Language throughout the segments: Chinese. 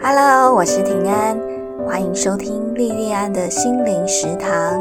Hello， 我是庭安，欢迎收听莉莉安的心灵食堂。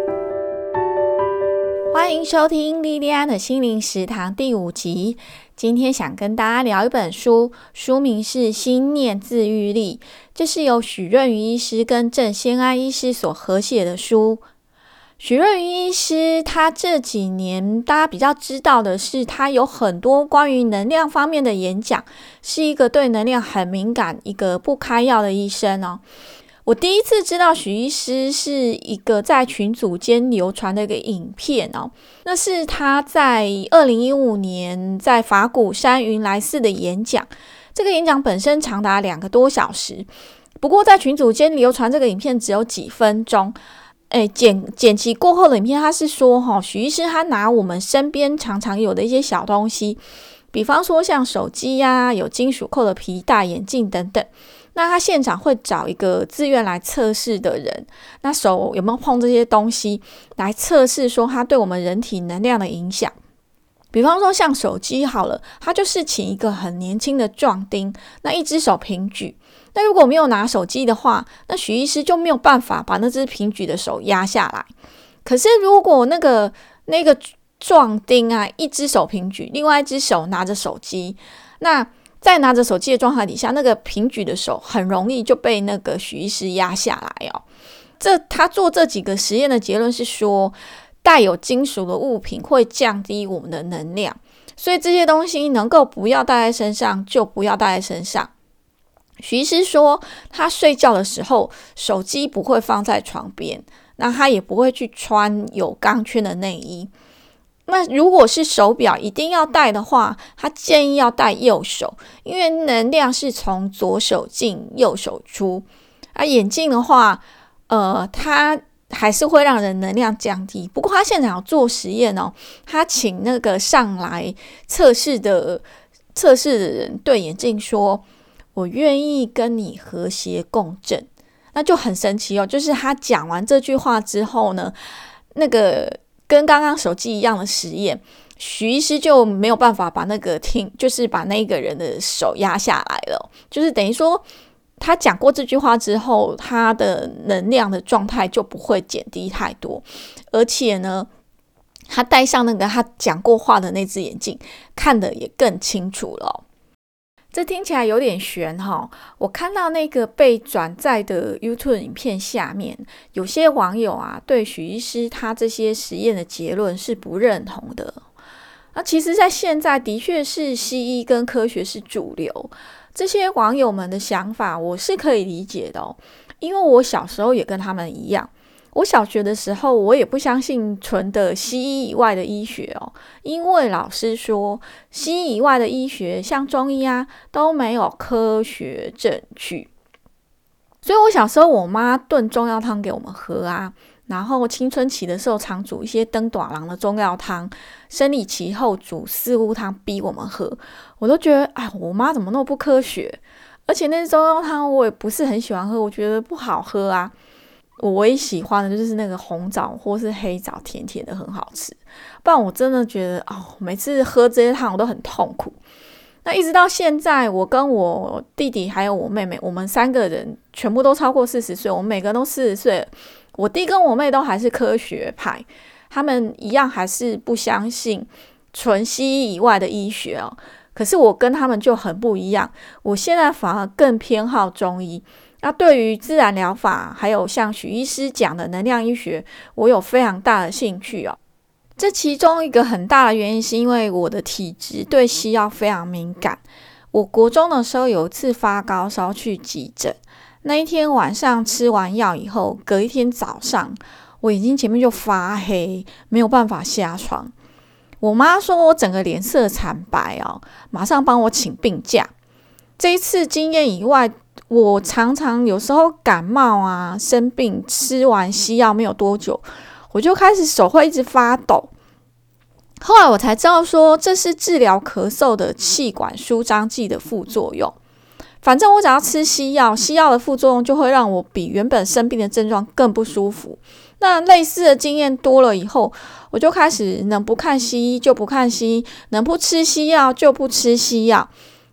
欢迎收听莉莉安的心灵食堂第5集。今天想跟大家聊一本书，书名是《心念自愈力》，这是由许润瑜医师跟郑先安医师所合写的书。许润瑜医师他这几年大家比较知道的是，他有很多关于能量方面的演讲，是一个对能量很敏感、一个不开药的医生哦。我第一次知道许医师是一个在群组间流传的一个影片哦，那是他在2015年在法鼓山云来寺的演讲。这个演讲本身长达2个多小时，不过在群组间流传这个影片只有几分钟。剪辑过后的影片，他是说许医师他拿我们身边常常有的一些小东西，比方说像手机啊、有金属扣的皮带、眼镜等等。那他现场会找一个自愿来测试的人，那手有没有碰这些东西，来测试说他对我们人体能量的影响。比方说像手机好了，他就是请一个很年轻的壮丁，那一只手平举。那如果没有拿手机的话，那许医师就没有办法把那只平举的手压下来。可是如果那个壮丁啊，一只手平举，另外一只手拿着手机，那在拿着手机的状态底下，那个平举的手很容易就被那个许医师压下来哦。他做这几个实验的结论是说，带有金属的物品会降低我们的能量，所以这些东西能够不要带在身上就不要带在身上。许医师说，他睡觉的时候手机不会放在床边，那他也不会去穿有钢圈的内衣。那如果是手表一定要戴的话，他建议要戴右手，因为能量是从左手进右手出。眼镜的话它还是会让人能量降低。不过他现场有做实验哦，他请那个上来测试的人对眼镜说，我愿意跟你和谐共振。那就很神奇哦，就是他讲完这句话之后呢，那个跟刚刚手机一样的实验，许医师就没有办法把就是把那个人的手压下来了，就是等于说他讲过这句话之后，他的能量的状态就不会减低太多，而且呢，他戴上那个他讲过话的那只眼镜，看得也更清楚了哦。这听起来有点悬哈，我看到那个被转载的 YouTube 影片下面，有些网友啊对许医师他这些实验的结论是不认同的。那其实在现在的确是西医跟科学是主流，这些网友们的想法我是可以理解的哦，因为我小时候也跟他们一样。我小学的时候，我也不相信纯的西医以外的医学哦，因为老师说西医以外的医学，像中医啊，都没有科学证据。所以我小时候，我妈炖中药汤给我们喝啊，然后青春期的时候常煮一些登短郎的中药汤，生理期后煮四物汤逼我们喝，我都觉得我妈怎么那么不科学？而且那中药汤我也不是很喜欢喝，我觉得不好喝啊。我唯一喜欢的就是那个红枣或是黑枣，甜甜的很好吃。不然我真的觉得每次喝这些汤我都很痛苦。那一直到现在，我跟我弟弟还有我妹妹，我们3个人全部都超过40岁，我们每个人都40岁了。我弟跟我妹都还是科学派，他们一样还是不相信纯西医以外的医学哦。可是我跟他们就很不一样，我现在反而更偏好中医。那对于自然疗法，还有像许医师讲的能量医学，我有非常大的兴趣哦。这其中一个很大的原因是因为我的体质对西药非常敏感。我国中的时候有一次发高烧去急诊，那一天晚上吃完药以后，隔一天早上我眼睛前面就发黑，没有办法下床。我妈说我整个脸色惨白哦，马上帮我请病假。这一次经验以外，我常常有时候感冒啊、生病，吃完西药没有多久，我就开始手会一直发抖。后来我才知道说，这是治疗咳嗽的气管舒张剂的副作用。反正我只要吃西药，西药的副作用就会让我比原本生病的症状更不舒服。那类似的经验多了以后，我就开始能不看西医就不看西医，能不吃西药就不吃西药。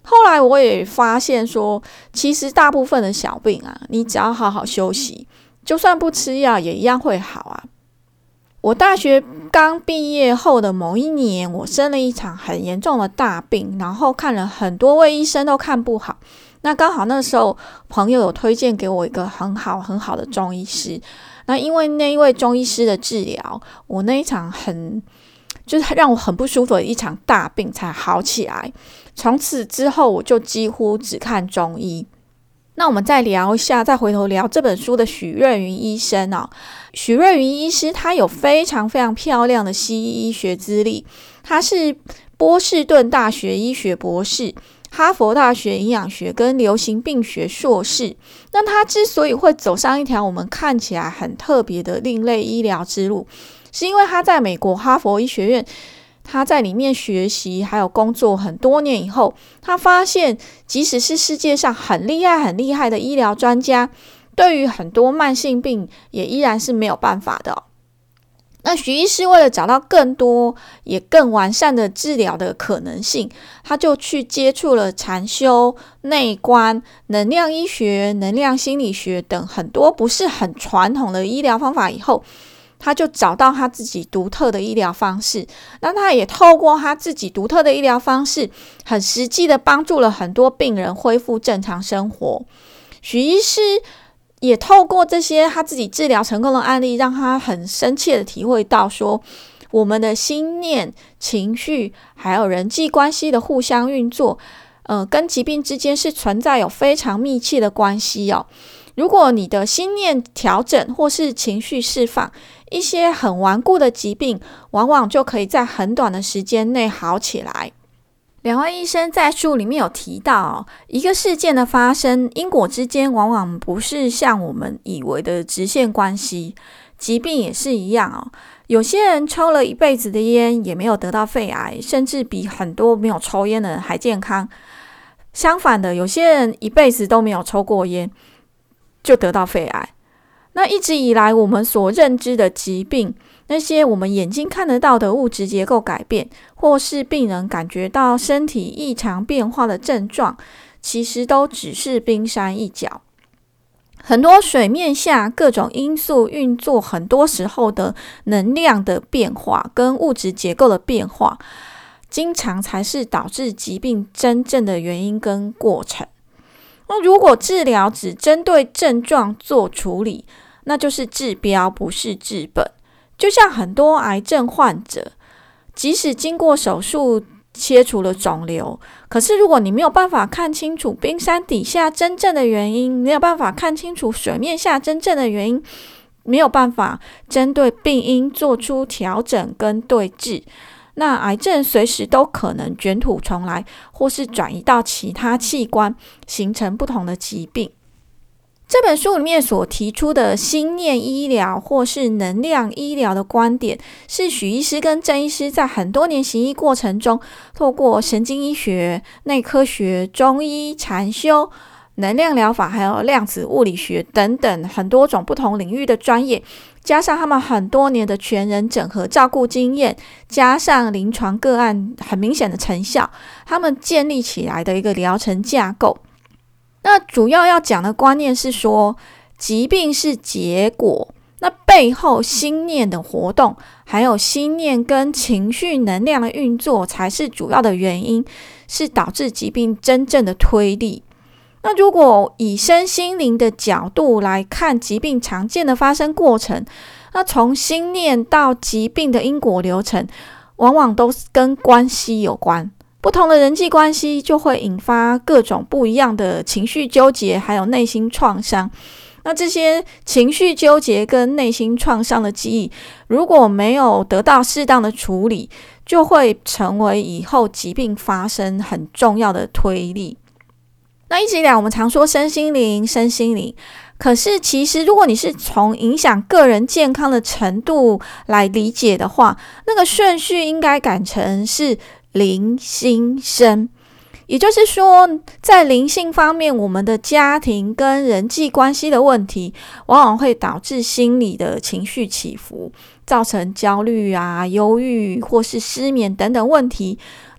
后来我也发现说，其实大部分的小病啊，你只要好好休息，就算不吃药也一样会好啊。我大学刚毕业后的某一年，我生了一场很严重的大病，然后看了很多位医生都看不好。那刚好那时候朋友有推荐给我一个很好的中医师。那因为那一位中医师的治疗，我那一场就是让我很不舒服的一场大病才好起来。从此之后，我就几乎只看中医。那我们再聊一下，再回头聊这本书的许瑞云医生哦。许瑞云医师他有非常漂亮的西医医学资历，他是波士顿大学医学博士，哈佛大学营养学跟流行病学硕士。那他之所以会走上一条我们看起来很特别的另类医疗之路，是因为他在美国哈佛医学院，他在里面学习还有工作很多年以后，他发现即使是世界上很厉害的医疗专家，对于很多慢性病也依然是没有办法的哦。那许医师为了找到更多也更完善的治疗的可能性，他就去接触了禅修、内观、能量医学、能量心理学等很多不是很传统的医疗方法以后，他就找到他自己独特的医疗方式。那他也透过他自己独特的医疗方式，很实际的帮助了很多病人恢复正常生活。许医师也透过这些他自己治疗成功的案例，让他很深切的体会到说，我们的心念、情绪还有人际关系的互相运作，跟疾病之间是存在有非常密切的关系哦。如果你的心念调整或是情绪释放，一些很顽固的疾病往往就可以在很短的时间内好起来。两位医生在书里面有提到一个事件的发生，因果之间往往不是像我们以为的直线关系，疾病也是一样有些人抽了一辈子的烟也没有得到肺癌，甚至比很多没有抽烟的人还健康。相反的，有些人一辈子都没有抽过烟就得到肺癌。那一直以来我们所认知的疾病，那些我们眼睛看得到的物质结构改变，或是病人感觉到身体异常变化的症状，其实都只是冰山一角。很多水面下各种因素运作，很多时候的能量的变化跟物质结构的变化，经常才是导致疾病真正的原因跟过程。那如果治疗只针对症状做处理，那就是治标不是治本。就像很多癌症患者，即使经过手术切除了肿瘤，可是如果你没有办法看清楚冰山底下真正的原因，没有办法看清楚水面下真正的原因，没有办法针对病因做出调整跟对治，那癌症随时都可能卷土重来，或是转移到其他器官，形成不同的疾病。这本书里面所提出的心念医疗或是能量医疗的观点，是许医师跟郑医师在很多年行医过程中，透过神经医学、内科学、中医、禅修、能量疗法还有量子物理学等等很多种不同领域的专业，加上他们很多年的全人整合照顾经验，加上临床个案很明显的成效，他们建立起来的一个疗程架构。那主要讲的观念是说，疾病是结果，那背后心念的活动，还有心念跟情绪能量的运作才是主要的原因，是导致疾病真正的推力。那如果以身心灵的角度来看疾病常见的发生过程，那从心念到疾病的因果流程，往往都跟关系有关。不同的人际关系就会引发各种不一样的情绪纠结，还有内心创伤。那这些情绪纠结跟内心创伤的记忆，如果没有得到适当的处理，就会成为以后疾病发生很重要的推力。那一直以来我们常说身心灵，可是其实如果你是从影响个人健康的程度来理解的话，那个顺序应该改成是灵心身。也就是说，在灵性方面，我们的家庭跟人际关系的问题，往往会导致心理的情绪起伏，造成焦虑忧郁或是失眠等等问题，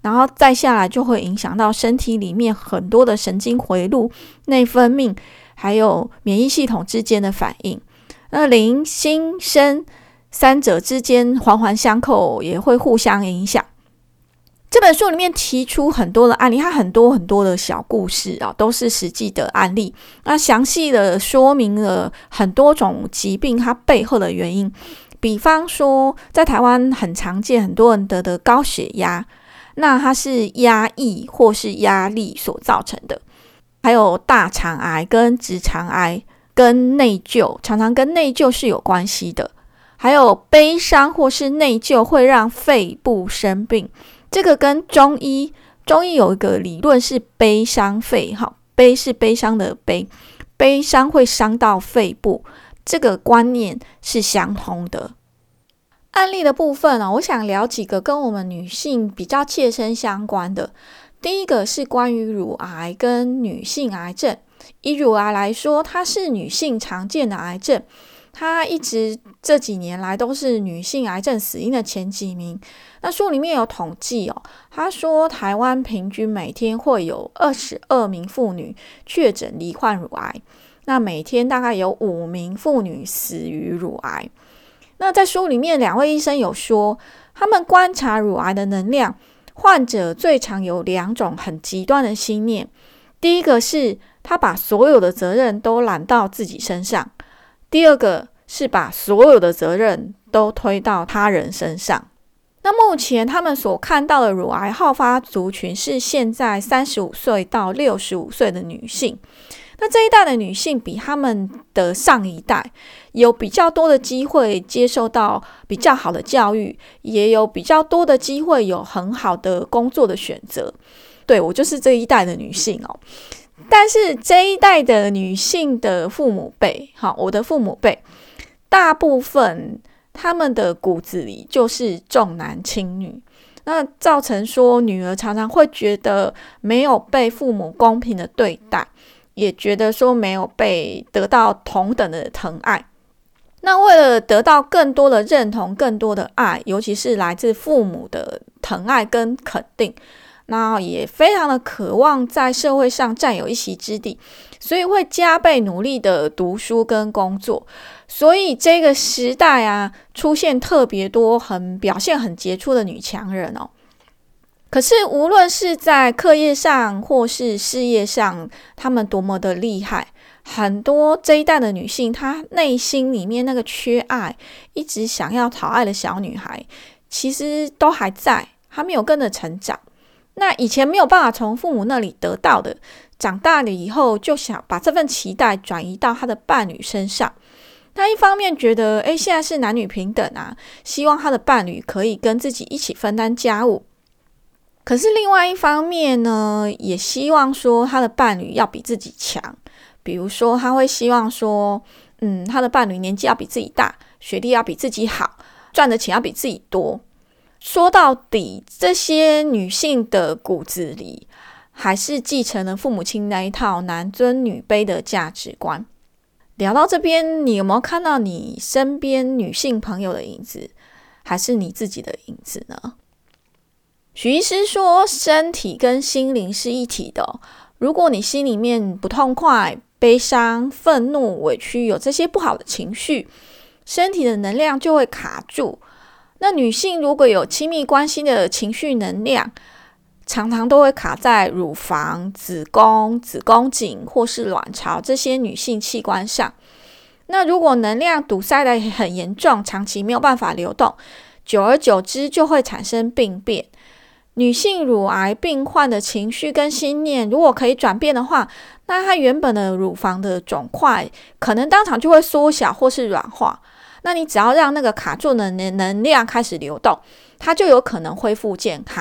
然后再下来就会影响到身体里面很多的神经回路、内分泌还有免疫系统之间的反应。那灵、心、身三者之间环环相扣，也会互相影响。这本书里面提出很多的案例，它很多很多的小故事都是实际的案例，那详细的说明了很多种疾病它背后的原因。比方说在台湾很常见，很多人得的高血压，那它是压抑或是压力所造成的。还有大肠癌跟直肠癌跟内疚，常常跟内疚是有关系的。还有悲伤或是内疚会让肺部生病，这个跟中医有一个理论是悲伤肺，悲是悲伤的悲，悲伤会伤到肺部，这个观念是相通的。案例的部分我想聊几个跟我们女性比较切身相关的。第一个是关于乳癌跟女性癌症。以乳癌来说，它是女性常见的癌症，它一直这几年来都是女性癌症死因的前几名。那书里面有统计他说台湾平均每天会有22名妇女确诊罹患乳癌，那每天大概有5名妇女死于乳癌。那在书里面2位医生有说，他们观察乳癌的能量，患者最常有2种很极端的心念。第一个是他把所有的责任都揽到自己身上，第二个是把所有的责任都推到他人身上。那目前他们所看到的乳癌好发族群是现在35岁到65岁的女性。那这一代的女性比他们的上一代有比较多的机会接受到比较好的教育，也有比较多的机会有很好的工作的选择。对，我就是这一代的女性但是这一代的女性的父母辈，我的父母辈，大部分他们的骨子里就是重男轻女，那造成说女儿常常会觉得没有被父母公平的对待，也觉得说没有被得到同等的疼爱。那为了得到更多的认同，更多的爱，尤其是来自父母的疼爱跟肯定，那也非常的渴望在社会上占有一席之地，所以会加倍努力的读书跟工作。所以这个时代出现特别多表现很杰出的女强人可是无论是在课业上或是事业上，她们多么的厉害，很多这一代的女性，她内心里面那个缺爱，一直想要讨爱的小女孩，其实都还在，还没有跟着成长。那以前没有办法从父母那里得到的，长大了以后就想把这份期待转移到他的伴侣身上。他一方面觉得现在是男女平等希望他的伴侣可以跟自己一起分担家务，可是另外一方面呢，也希望说他的伴侣要比自己强。比如说他会希望说他的伴侣年纪要比自己大，学历要比自己好，赚的钱要比自己多。说到底，这些女性的骨子里还是继承了父母亲那一套男尊女卑的价值观。聊到这边，你有没有看到你身边女性朋友的影子，还是你自己的影子呢？许医师说，身体跟心灵是一体的如果你心里面不痛快、悲伤、愤怒、委屈，有这些不好的情绪，身体的能量就会卡住。那女性如果有亲密关系的情绪能量，常常都会卡在乳房、子宫、子宫颈或是卵巢这些女性器官上。那如果能量堵塞的很严重，长期没有办法流动，久而久之就会产生病变。女性乳癌病患的情绪跟心念如果可以转变的话，那她原本的乳房的肿块可能当场就会缩小或是软化。那你只要让那个卡住的能量开始流动，它就有可能恢复健康。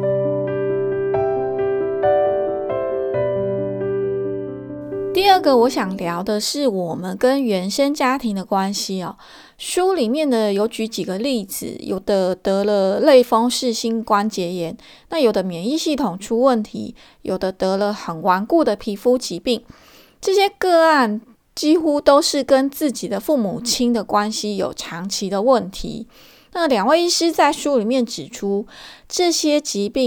第二个我想聊的是我们跟原生家庭的关系书里面的有举几个例子，有的得了类风湿性关节炎，那有的免疫系统出问题，有的得了很顽固的皮肤疾病。这些个案几乎都是跟自己的父母亲的关系有长期的问题。那2位医师在书里面指出，这些疾病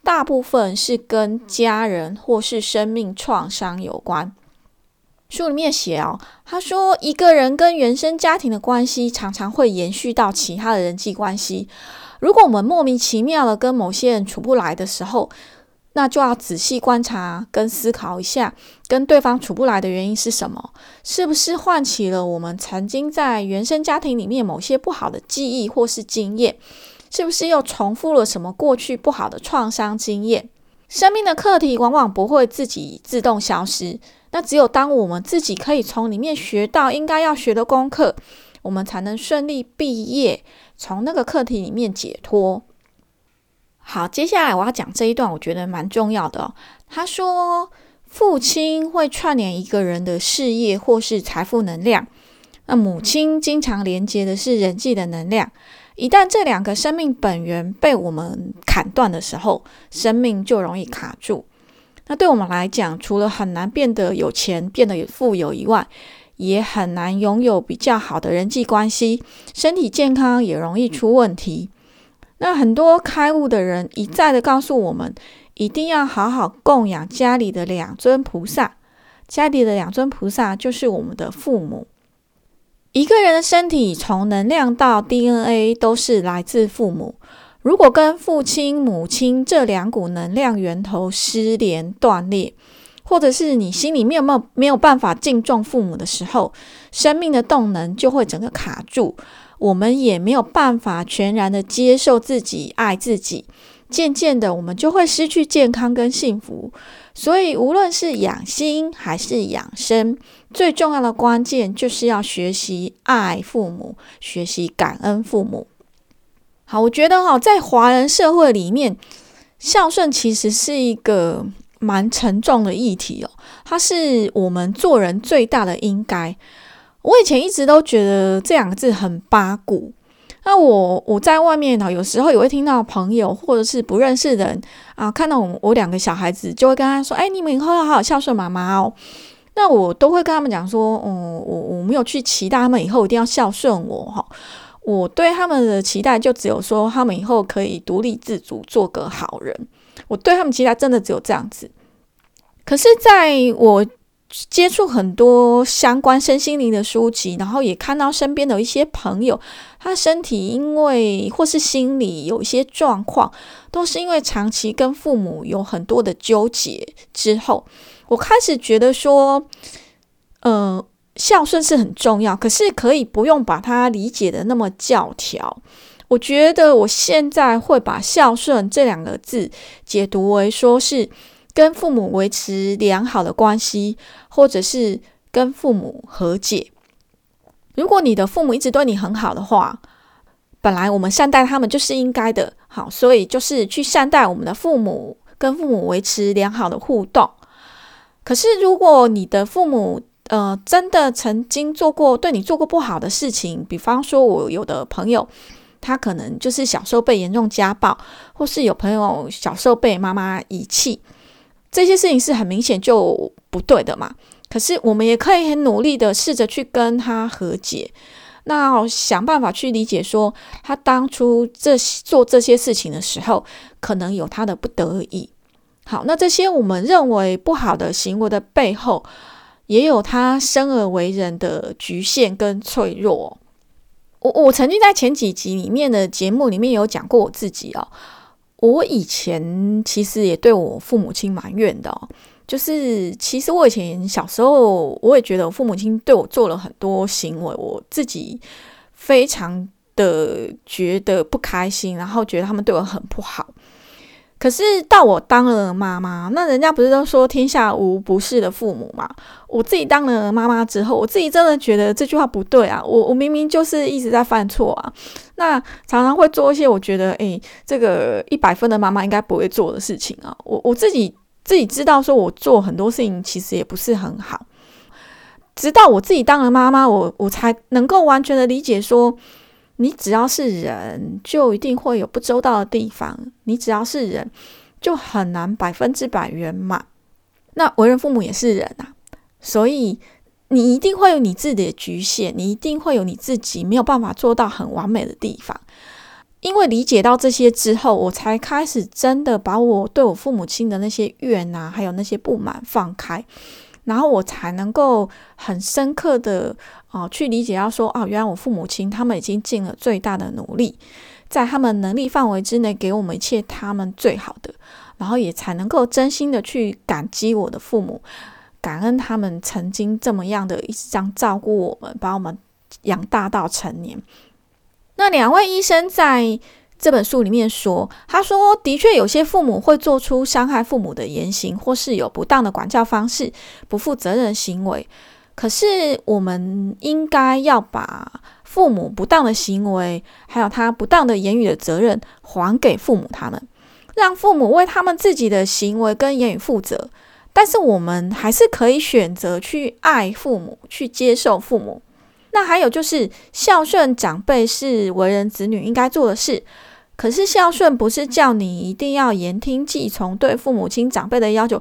大部分是跟家人或是生命创伤有关。书里面写他说一个人跟原生家庭的关系常常会延续到其他的人际关系。如果我们莫名其妙的跟某些人处不来的时候，那就要仔细观察跟思考一下，跟对方处不来的原因是什么？是不是唤起了我们曾经在原生家庭里面某些不好的记忆或是经验？是不是又重复了什么过去不好的创伤经验？生命的课题往往不会自己自动消失，那只有当我们自己可以从里面学到应该要学的功课，我们才能顺利毕业，从那个课题里面解脱。好，接下来我要讲这一段，我觉得蛮重要的他说，父亲会串联一个人的事业或是财富能量，那母亲经常连接的是人际的能量。一旦这两个生命本源被我们砍断的时候，生命就容易卡住。那对我们来讲，除了很难变得有钱、变得富有以外，也很难拥有比较好的人际关系，身体健康也容易出问题。那很多开悟的人一再的告诉我们，一定要好好供养家里的两尊菩萨。家里的两尊菩萨就是我们的父母。一个人的身体从能量到 DNA 都是来自父母。如果跟父亲、母亲这两股能量源头失联断裂，或者是你心里面没有办法敬重父母的时候，生命的动能就会整个卡住，我们也没有办法全然的接受自己、爱自己，渐渐的我们就会失去健康跟幸福。所以无论是养心还是养生，最重要的关键就是要学习爱父母，学习感恩父母。好，我觉得在华人社会里面，孝顺其实是一个蛮沉重的议题它是我们做人最大的应该。我以前一直都觉得这两个字很八股。那我在外面有时候也会听到朋友或者是不认识的人看到我两个小孩子，就会跟他说，你们以后要好好孝顺妈妈哦。那我都会跟他们讲说，我没有去期待他们以后一定要孝顺我我对他们的期待就只有说，他们以后可以独立自主，做个好人。我对他们期待真的只有这样子。可是在我接触很多相关身心灵的书籍，然后也看到身边的一些朋友，他身体因为或是心理有一些状况，都是因为长期跟父母有很多的纠结之后，我开始觉得说孝顺是很重要，可是可以不用把它理解的那么教条。我觉得我现在会把孝顺这两个字解读为说是跟父母维持良好的关系，或者是跟父母和解。如果你的父母一直对你很好的话，本来我们善待他们就是应该的，好，所以就是去善待我们的父母，跟父母维持良好的互动。可是如果你的父母真的曾经对你做过不好的事情，比方说我有的朋友，他可能就是小时候被严重家暴，或是有朋友小时候被妈妈遗弃，这些事情是很明显就不对的嘛。可是我们也可以很努力的试着去跟他和解，那想办法去理解说他当初做这些事情的时候，可能有他的不得已。好，那这些我们认为不好的行为的背后，也有他生而为人的局限跟脆弱。我曾经在前几集里面的节目里面有讲过我自己我以前其实也对我父母亲埋怨的就是其实我以前小时候，我也觉得我父母亲对我做了很多行为，我自己非常的觉得不开心，然后觉得他们对我很不好。可是到我当了妈妈，那人家不是都说天下无不是的父母嘛？我自己当了妈妈之后，我自己真的觉得这句话不对我明明就是一直在犯错那常常会做一些我觉得这个100分的妈妈应该不会做的事情我自己知道说我做很多事情其实也不是很好，直到我自己当了妈妈，我才能够完全的理解说，你只要是人就一定会有不周到的地方，你只要是人就很难100%圆满。那为人父母也是人所以你一定会有你自己的局限，你一定会有你自己没有办法做到很完美的地方。 因为理解到这些之后，我才开始真的把我对我父母亲的那些怨啊，还有那些不满放开，然后我才能够很深刻的去理解到说，原来我父母亲他们已经尽了最大的努力，在他们能力范围之内给我们一切他们最好的，然后也才能够真心的去感激我的父母，感恩他们曾经这么样的一直这样照顾我们，把我们养大到成年。那2位医生在这本书里面说，他说的确有些父母会做出伤害父母的言行，或是有不当的管教方式，不负责任的行为，可是我们应该要把父母不当的行为还有他不当的言语的责任还给父母他们，让父母为他们自己的行为跟言语负责，但是我们还是可以选择去爱父母，去接受父母。那还有就是孝顺长辈是为人子女应该做的事，可是孝顺不是叫你一定要言听计从，对父母亲长辈的要求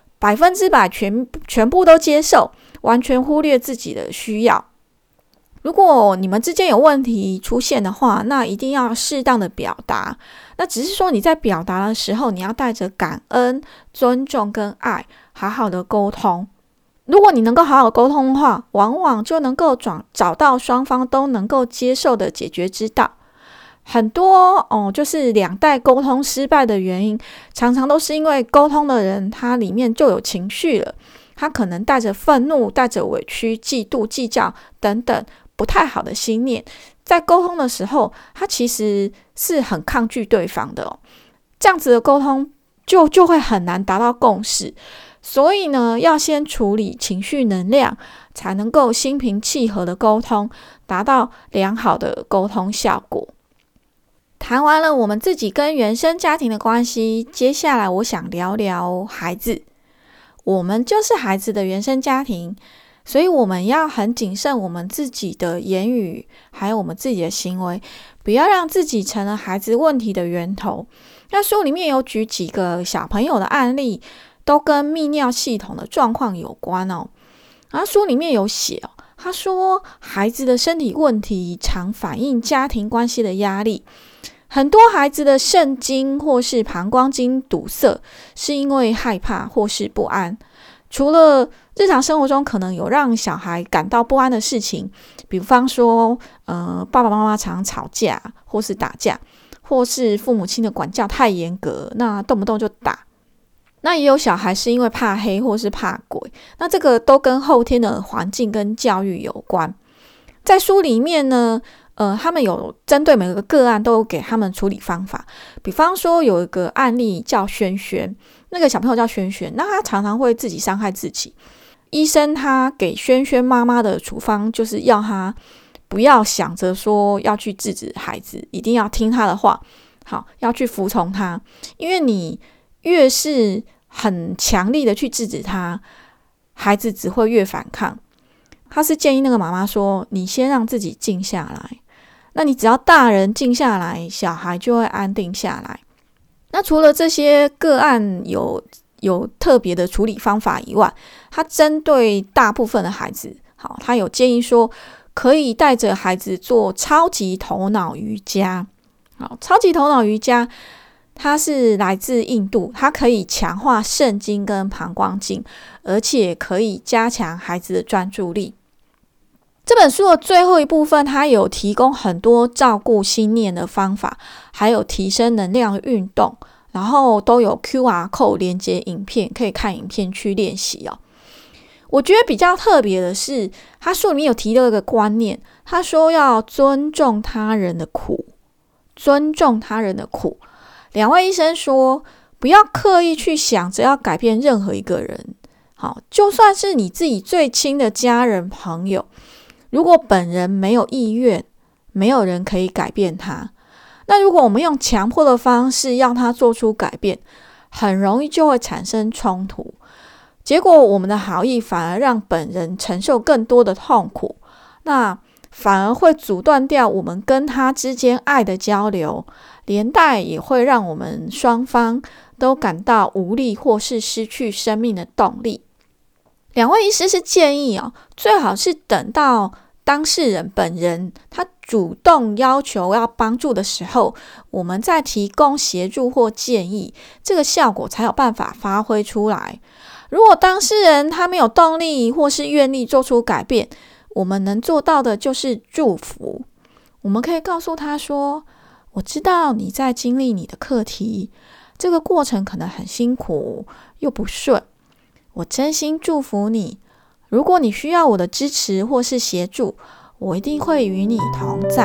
100%全部都接受，完全忽略自己的需要。如果你们之间有问题出现的话，那一定要适当的表达，那只是说你在表达的时候，你要带着感恩、尊重跟爱，好好的沟通。如果你能够好好沟通的话，往往就能够找到双方都能够接受的解决之道。很多就是2代沟通失败的原因，常常都是因为沟通的人他里面就有情绪了，他可能带着愤怒、带着委屈、嫉妒、计较等等不太好的心念，在沟通的时候，他其实是很抗拒对方的这样子的沟通就会很难达到共识。所以呢，要先处理情绪能量，才能够心平气和的沟通，达到良好的沟通效果。谈完了我们自己跟原生家庭的关系，接下来我想聊聊孩子。我们就是孩子的原生家庭，所以我们要很谨慎我们自己的言语，还有我们自己的行为，不要让自己成了孩子问题的源头。那书里面有举几个小朋友的案例，都跟泌尿系统的状况有关然后书里面有写他说孩子的身体问题常反映家庭关系的压力，很多孩子的肾经或是膀胱经堵塞，是因为害怕或是不安。除了日常生活中可能有让小孩感到不安的事情，比方说爸爸妈妈常吵架或是打架，或是父母亲的管教太严格，那动不动就打。那也有小孩是因为怕黑或是怕鬼，那这个都跟后天的环境跟教育有关。在书里面呢他们有针对每个个案都有给他们处理方法。比方说有一个案例叫轩轩，那个小朋友叫轩轩，那他常常会自己伤害自己。医生他给轩轩妈妈的处方就是要他不要想着说要去制止孩子，一定要听他的话，好，要去服从他，因为你越是很强力的去制止他，孩子只会越反抗。他是建议那个妈妈说，你先让自己静下来，那你只要大人静下来，小孩就会安定下来。那除了这些个案有特别的处理方法以外，他针对大部分的孩子，好，他有建议说可以带着孩子做超级头脑瑜伽。好，超级头脑瑜伽它是来自印度，它可以强化肾经跟膀胱经，而且可以加强孩子的专注力。这本书的最后一部分，它有提供很多照顾心念的方法，还有提升能量的运动，然后都有 QR code 连接影片，可以看影片去练习我觉得比较特别的是，他书里面有提到一个观念，他说要尊重他人的苦，尊重他人的苦。2位医生说，不要刻意去想着要改变任何一个人，好，就算是你自己最亲的家人朋友，如果本人没有意愿，没有人可以改变他。那如果我们用强迫的方式让他做出改变，很容易就会产生冲突，结果我们的好意反而让本人承受更多的痛苦，那反而会阻断掉我们跟他之间爱的交流，连带也会让我们双方都感到无力或是失去生命的动力。2位医师是建议最好是等到当事人本人他主动要求要帮助的时候，我们再提供协助或建议，这个效果才有办法发挥出来。如果当事人他没有动力或是愿力做出改变，我们能做到的就是祝福。我们可以告诉他说，我知道你在经历你的课题，这个过程可能很辛苦又不顺，我真心祝福你。如果你需要我的支持或是协助，我一定会与你同在。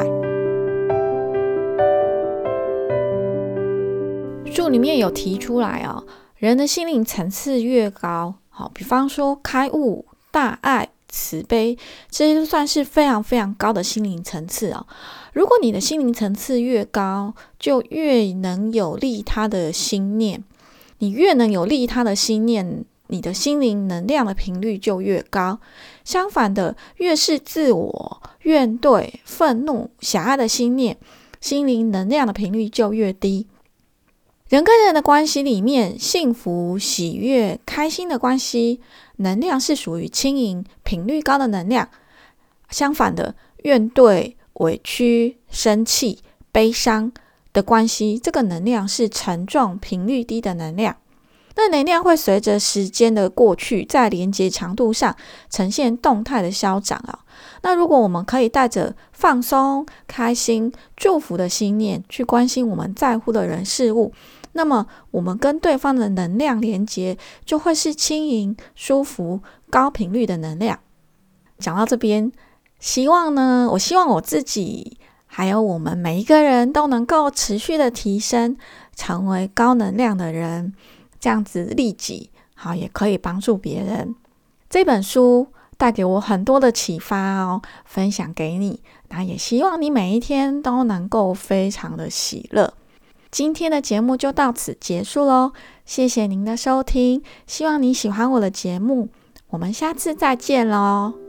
书里面有提出来人的心灵层次越高，比方说开悟、大爱、慈悲，这些都算是非常非常高的心灵层次如果你的心灵层次越高，就越能有利他的心念，你越能有利他的心念，你的心灵能量的频率就越高。相反的，越是自我、怨怼、愤怒、狭隘的心念，心灵能量的频率就越低。人跟人的关系里面，幸福、喜悦、开心的关系，能量是属于轻盈、频率高的能量。相反的，怨怼、委屈、生气、悲伤的关系，这个能量是沉重、频率低的能量。那能量会随着时间的过去，在连接强度上呈现动态的消长那如果我们可以带着放松、开心、祝福的心念去关心我们在乎的人事物，那么我们跟对方的能量连接就会是轻盈、舒服、高频率的能量。讲到这边，我希望我自己还有我们每一个人都能够持续的提升，成为高能量的人，这样子利己也可以帮助别人。这本书带给我很多的启发分享给你，那也希望你每一天都能够非常的喜乐。今天的节目就到此结束咯，谢谢您的收听，希望你喜欢我的节目，我们下次再见咯。